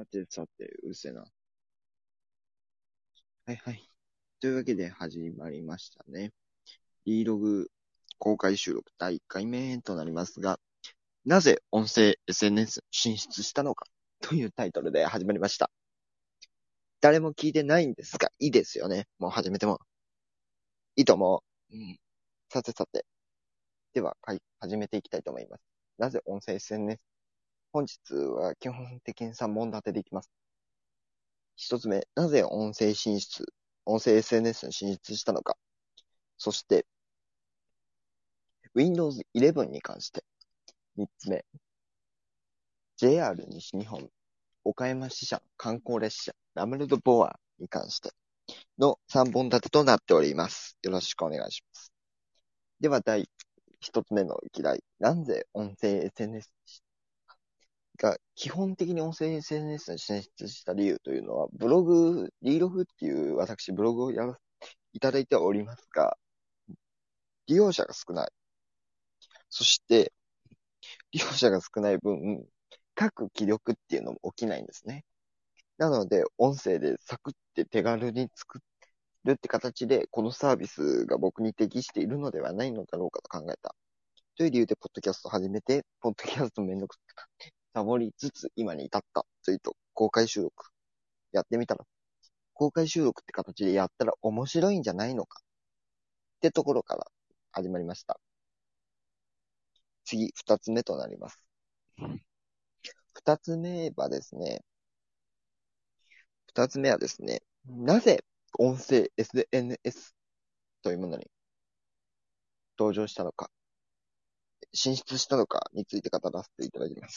うるせえな。はいはい。というわけで始まりましたね。Vlog 公開収録第1回目となりますが、なぜ音声 SNS 進出したのかというタイトルで始まりました。誰も聞いてないんですが、いいですよね。もう始めても。いいと思う。さてさて。では、始めていきたいと思います。なぜ音声 SNS？ 本日は基本的に3問立てでいきます。一つ目、なぜ音声 SNS に進出したのか。そして、Windows 11に関して。三つ目、JR 西日本岡山支社観光列車ラムルドボアに関しての3本立てとなっております。よろしくお願いします。では、第一つ目の議題。なぜ音声 SNS が基本的に音声 SNS に進出した理由というのは、リーログっていう私ブログをいただいておりますが、利用者が少ない。そして、利用者が少ない分、各記録っていうのも起きないんですね。なので、音声でサクって手軽に作るって形で、このサービスが僕に適しているのではないのだろうかと考えた。という理由で、ポッドキャストを始めて、ポッドキャストめんどくさくサボりつつ、今に至ったというと、公開収録やってみたら、公開収録って形でやったら面白いんじゃないのかってところから始まりました。次、二つ目となります。二つ目はですね、なぜ音声 SNS というものに登場したのか、進出したのかについて語らせていただきます。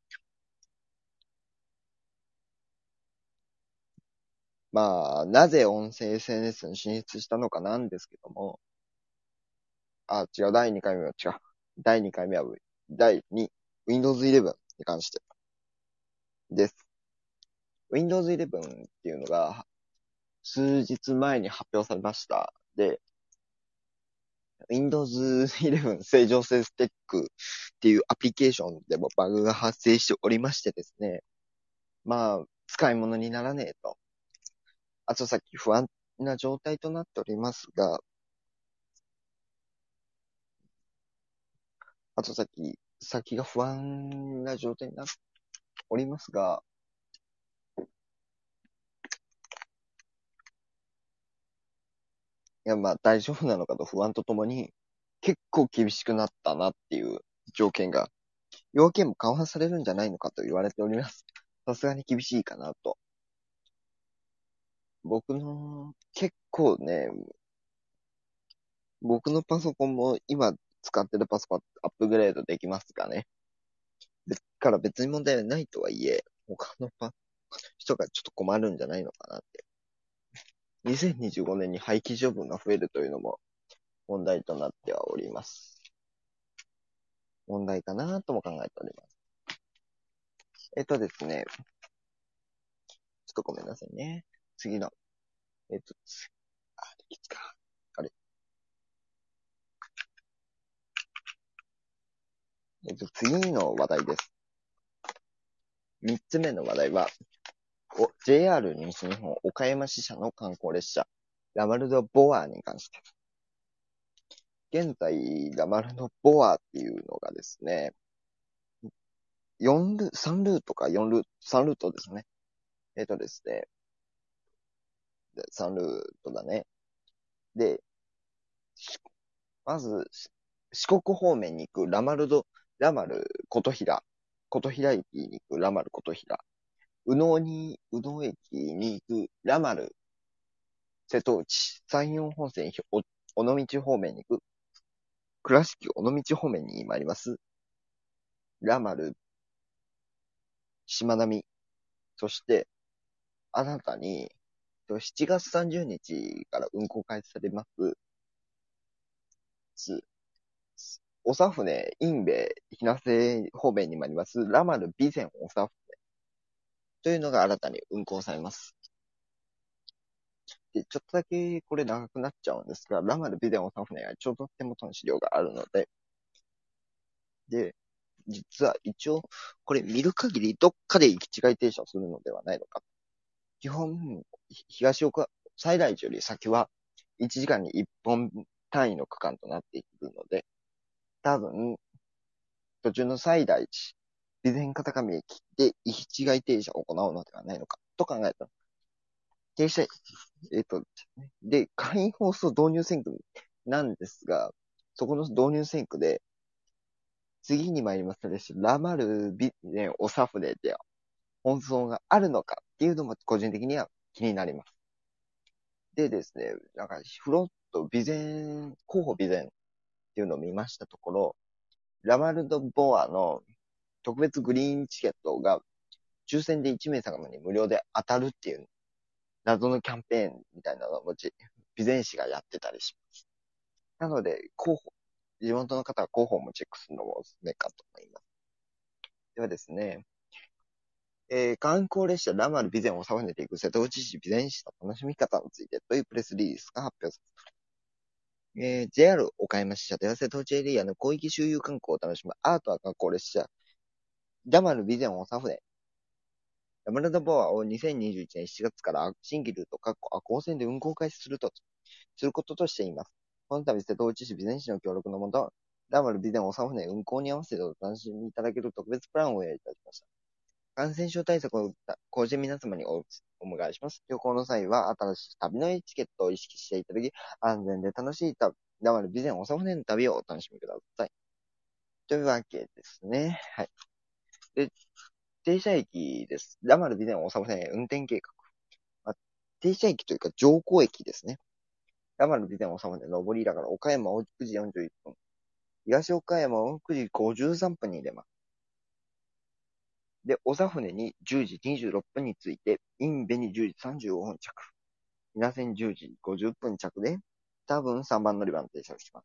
なぜ音声 SNS に進出したのかなんですけども、違う、第2回目は違う。第2回目は、第2、Windows 11に関してです。Windows 11っていうのが、数日前に発表されました。で、Windows 11正常性ステックっていうアプリケーションでもバグが発生しておりましてですね。使い物にならねえと。後先不安な状態となっておりますが、先が不安な状態になっておりますが、大丈夫なのかと不安とともに、結構厳しくなったなっていう条件が、要件も緩和されるんじゃないのかと言われております。さすがに厳しいかなと。僕のパソコンも今使ってるパソコンアップグレードできますかね。から別に問題はないとはいえ、他の人がちょっと困るんじゃないのかなって。2025年に廃棄処分が増えるというのも問題となってはおります。問題かなとも考えております。ですね。ちょっとごめんなさいね。次の。いつか。あれ。次の話題です。三つ目の話題は、JR 西日本岡山支社の観光列車、ラマルド・ボアに関して。現在、ラマルド・ボアっていうのがですね、3ルートか4ルート、3ルートですね。ですね、3ルートだね。で、まず、四国方面に行くラマル琴平駅に行くラマル琴平。宇野駅に行くラマル瀬戸内。山陽本線尾道方面に行く倉敷尾道方面に参ります。ラマルしまなみ。そして、新たに、7月30日から運行開始されます、長船、インベ、日生方面に参ります、ラマル備前長船というのが新たに運行されます。で、ちょっとだけこれ長くなっちゃうんですが、ラマル備前長船はちょうど手元の資料があるので、で、 実は一応、これ見る限りどっかで行き違い停車をするのではないのか。基本、東岡、西大寺より先は1時間に1本単位の区間となっているので、多分、途中の西大寺、備前片上駅で行き違い停車を行うのではないのか、と考えた。停車、で、会員放送導入選挙なんですが、そこの導入選挙で、次に参ります列車、ラマルビネオサフレで本送があるのかっていうのも個人的には気になります。でですね、なんかフロント備前、候補備前っていうのを見ましたところ、ラマルド・ボアの特別グリーンチケットが抽選で1名様に無料で当たるっていう謎のキャンペーンみたいなのを備前市がやってたりします。なので、地元の方は広報もチェックするのもおすすめかと思います。ではですね、観光列車ラマル備前を収めていく瀬戸内市備前市の楽しみ方についてというプレスリリースが発表された。JR 岡山支社では瀬戸内エリアの広域周遊観光を楽しむアートな観光列車ラマル備前を収めラマルダボアを2021年7月から新規ルート、赤穂線で運行開始することとしています。この度、瀬戸内市備前市の協力のもと、ラマル備前おさ船運行に合わせてお楽しみいただける特別プランをご用意いたしました。感染症対策を講じ皆様にお願いします。旅行の際は、新しい旅のチケットを意識していただき、安全で楽しいラマル備前おさ船の旅をお楽しみください。というわけですね。はい。で、停車駅です。ラマル備前大沢線運転計画。停車駅というか乗降駅ですね。ラマル備前大沢線上りだから岡山を9時41分。東岡山を9時53分に出ます。で、長船に10時26分について、インベに10時35分着。稲線10時50分着で、多分3番乗り場の停車をします。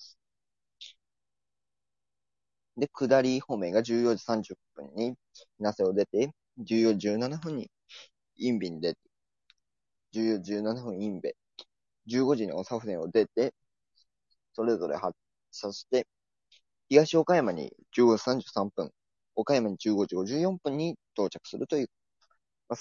で、下り方面が14時30分に稲瀬を出て、14時17分にインベに出て、14時17分インベ。15時に長船を出て、それぞれ発車して、東岡山に15時33分、岡山に15時54分に到着するというます。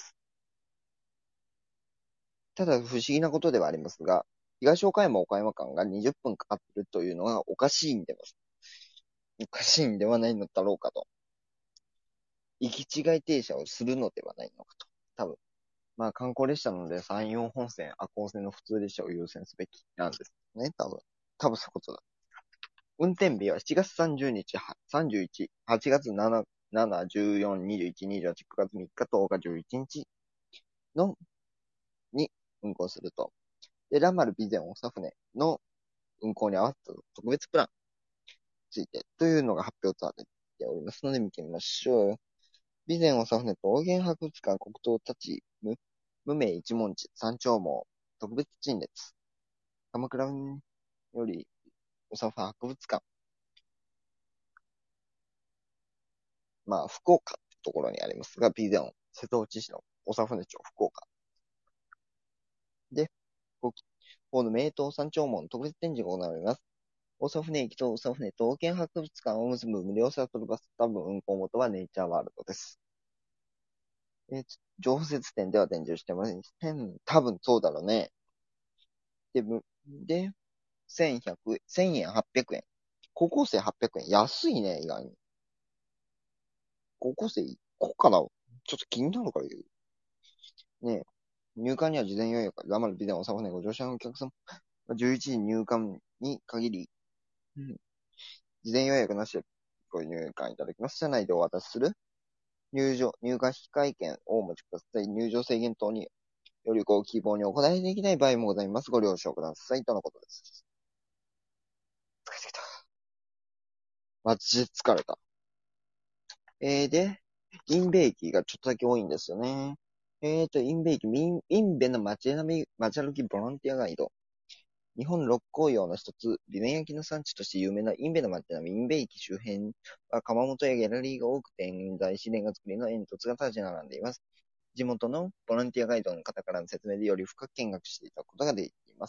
ただ不思議なことではありますが、東岡山岡山間が20分かかっているというのはおかしいんでは、おかしいんではないのだろうかと。行き違い停車をするのではないのかと。多分。まあ観光列車なので山陽本線、赤穂線の普通列車を優先すべきなんですね。多分。多分そういうことだ。運転日は7月30日、31、8月7、7、14、21、28、9月3日、10日、11日の、に運行すると。で、ラマル備前大佐船の運行に合わせた特別プランについてというのが発表されておりますので見てみましょう。備前大佐船と大博物館国刀立ち無名一文字山頂網特別陳列。鎌倉より大佐船博物館。まあ、福岡ってところにありますが、備前瀬戸内市の大佐船町福岡。で、国宝の名刀山頂門特別展示が行われます。大佐船駅と大佐船刀剣博物館を結ぶ無料シャトルバス、多分運行元はネイチャーワールドです。常設展では展示してません。多分そうだろうね。で、1100、1000円800円。高校生800円。安いね、意外に。高校生行こうかな。ちょっと気になるから言う。ねえ。入館には事前予約、ラマルビデオ、サフネご乗車のお客様、11時入館に限り、事前予約なしでご入館いただきます。車内でお渡しする入館控え券をお持ちください。入場制限等によりご希望にお答えできない場合もございます。ご了承ください。とのことです。疲れてきた。マジで疲れた。で、インベ駅がちょっとだけ多いんですよね。インベ駅、インベの街歩きボランティアガイド。日本六甲陽の一つ、美麺焼きの産地として有名なインベの街並み、インベ駅周辺は窯元やギャラリーが多く点在し、レンガ作りの煙突が立ち並んでいます。地元のボランティアガイドの方からの説明でより深く見学していただくことができます。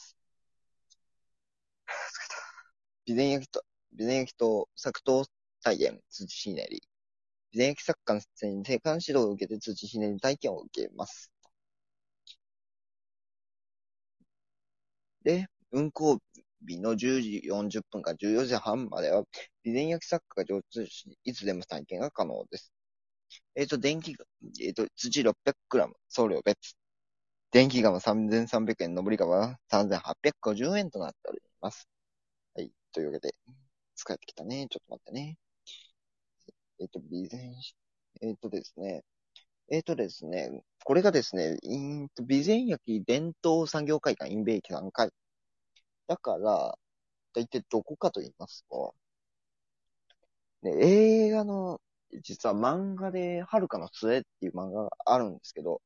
美麺焼きと、作刀菜園、土ひねり。 備前焼サッカーの出演に生還指導を受けて土ひねり体験を受けます。で、運行日の10時40分から14時半までは、備前焼サッカーが常駐し、いつでも体験が可能です。電気が、土 600g、送料別。電気釜3300円、上り釜3850円となっております。はい。というわけで、使ってきたね。ちょっと待ってね。備前、ですね。これがですね、備前焼伝統産業会館、インベイキ3階。だから、大体どこかと言いますと、ね、映画の、実は漫画で、遥かの末っていう漫画があるんですけど、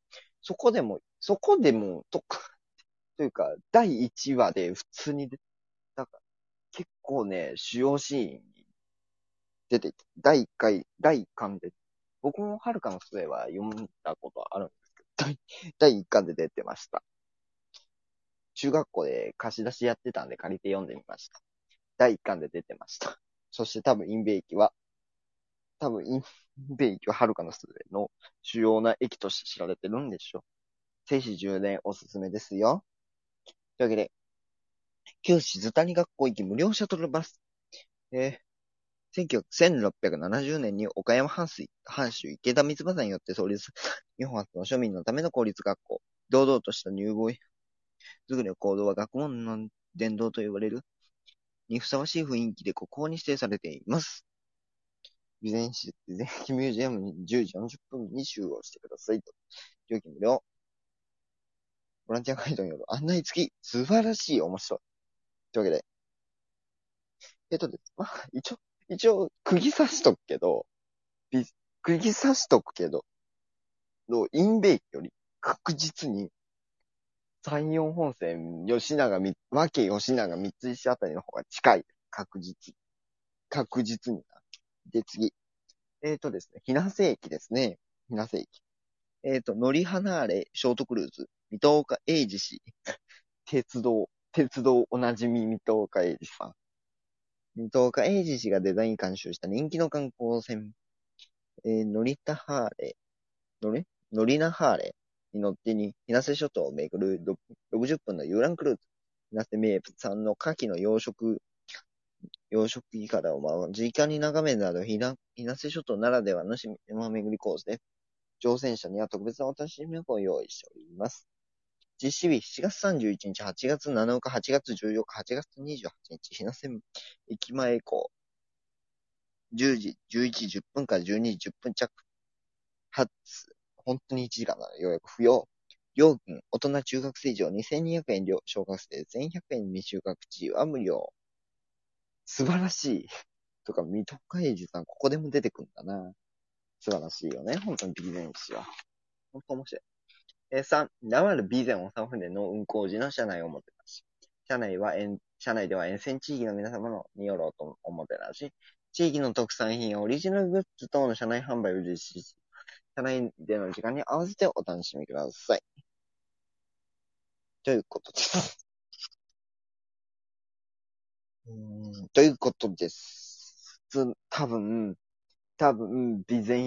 そこでも、というか、第1話で普通になんか結構ね、主要シーンに出てきて、第1巻で、僕も遥かの末は読んだことあるんですけど、第1巻で出てました。中学校で貸し出しやってたんで借りて読んでみました。第1巻で出てました。そして多分インベイキは遥かの末の主要な駅として知られてるんでしょ。静止充電おすすめですよ。というわけで、旧静谷学校行き無料シャトルバス。1670年に岡山藩主池田三政によって創立、日本初の庶民のための公立学校。堂々とした入門作りの行動は学問の伝道と呼ばれるにふさわしい雰囲気で国宝に指定されています。備前市ミュージアムに10時40分に集合してくださいと。料金無料。ボランティアガイドによる案内付き。素晴らしい。面白い。というわけで。まあ、一応、釘刺しとくけど、釘刺しとくけど、インベイキより確実に山陽本線、和気吉永三石あたりの方が近い。確実にな。で、次。ですね、日生駅ですね。日生駅。乗り離れ、ショートクルーズ、水戸岡英二氏、鉄道おなじみ水戸岡英二さん。水戸岡英二氏がデザイン監修した人気の観光船、乗りたハーレー、乗りなハーレーに乗って日生諸島を巡る60分の遊覧クルーズ。日生名物産の牡蠣の養殖いかだを間近に眺めるなど、日生諸島ならではの島巡りコースで、乗船者には特別なお楽しみをご用意しております。実施日7月31日、8月7日、8月14日、8月28日、日生駅前港、10時、11時10分から12時10分着。発、本当に1時間なのようやく不要。料金、大人中学生以上2200円料、小学生1100円未就学児は無料。素晴らしい。とか、水戸海樹さん、ここでも出てくるんだな。素晴らしいよね。本当にビジネスは。本当面白い。3、名張備前大船の運行時の車内をもてなし。車内では沿線地域の皆様のによろうとおもてなし、地域の特産品やオリジナルグッズ等の車内販売を実施し、車内での時間に合わせてお楽しみください。ということです。ということです。多分、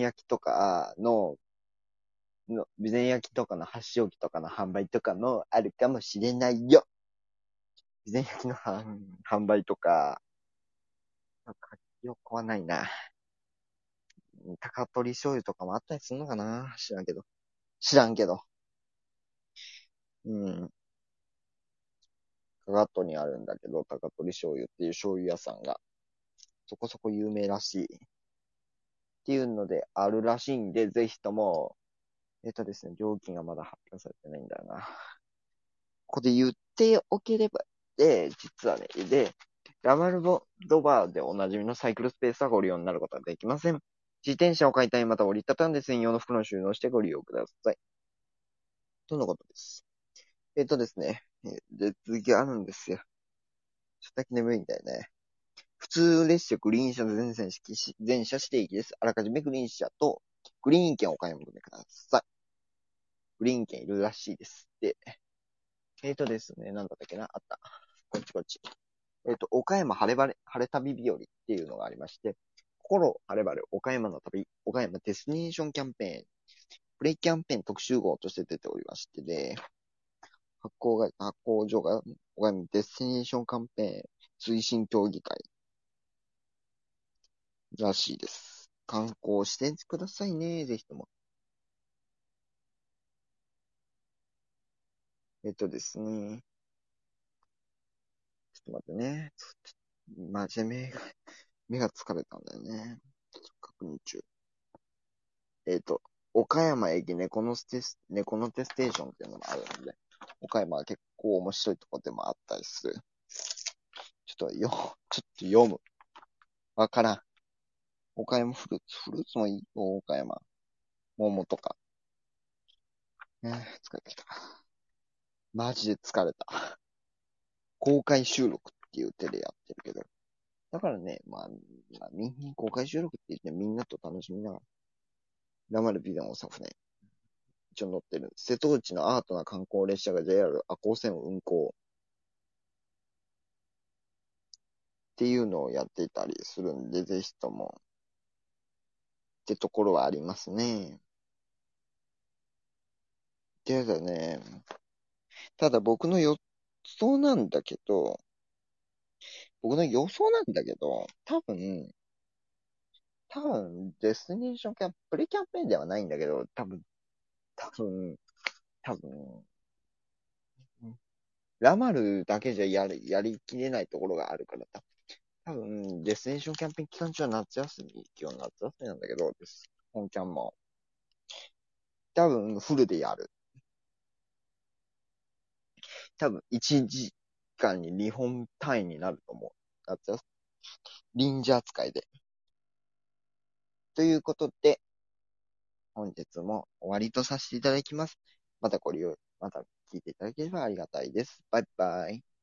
備前焼とかの発祥機とかの販売とかもあるかもしれないよ。備前焼の販売とか、書きよくはないな。高取醤油とかもあったりするのかな、知らんけど。知らんけど。うん。加賀戸にあるんだけど、高取醤油っていう醤油屋さんがそこそこ有名らしい。っていうのであるらしいんで、ぜひとも、ですね、料金がまだ発表されてないんだよな。ここで言っておければ、実はね、ラマルボドバーでおなじみのサイクルスペースはご利用になることができません。自転車を買いたい、また折りたたんで専用の袋を収納してご利用ください。とのことです。ですね、で、続きがあるんですよ。ちょっとだけ眠いんだよね。普通列車グリーン車全車指定機です。あらかじめグリーン車とグリーン券をお買い求めください。グリーン券いるらしいです。で、ですね、なんだったっけなあった。こっち。岡山晴れ旅日和っていうのがありまして、 心晴れ晴れ岡山の旅、岡山デスティネーションキャンペーン、プレイキャンペーン特集号として出ておりましてね、発行所が岡山デスティネーションキャンペーン推進協議会らしいです。観光してくださいね、ぜひとも。ですね。ちょっと待ってね。マジで目が疲れたんだよね。確認中。岡山駅猫の手ステーションっていうのがあるんで、岡山は結構面白いとこでもあったりする。ちょっと読む。わからん。岡山フルーツもいいよ、岡山。桃とか。疲れてきた。マジで疲れた。公開収録っていう手でやってるけど。だからね、みんな公開収録って言ってみんなと楽しみながら、生でビザンをさね、一応乗ってる。瀬戸内のアートな観光列車が JR 赤穂線を運行っていうのをやっていたりするんで、ぜひともってところはありますね。でね、ただ僕の予想なんだけど、多分、デスティネーションプレキャンペーンではないんだけど、多分、多分、ラマルだけじゃやりきれないところがあるから、多分、デスティネーションキャンペーン期間中は今日夏休みなんだけど、本キャンも。多分、フルでやる。多分、1時間に2本単位になると思う。夏休み。臨時扱いで。ということで、本日も終わりとさせていただきます。また聞いていただければありがたいです。バイバイ。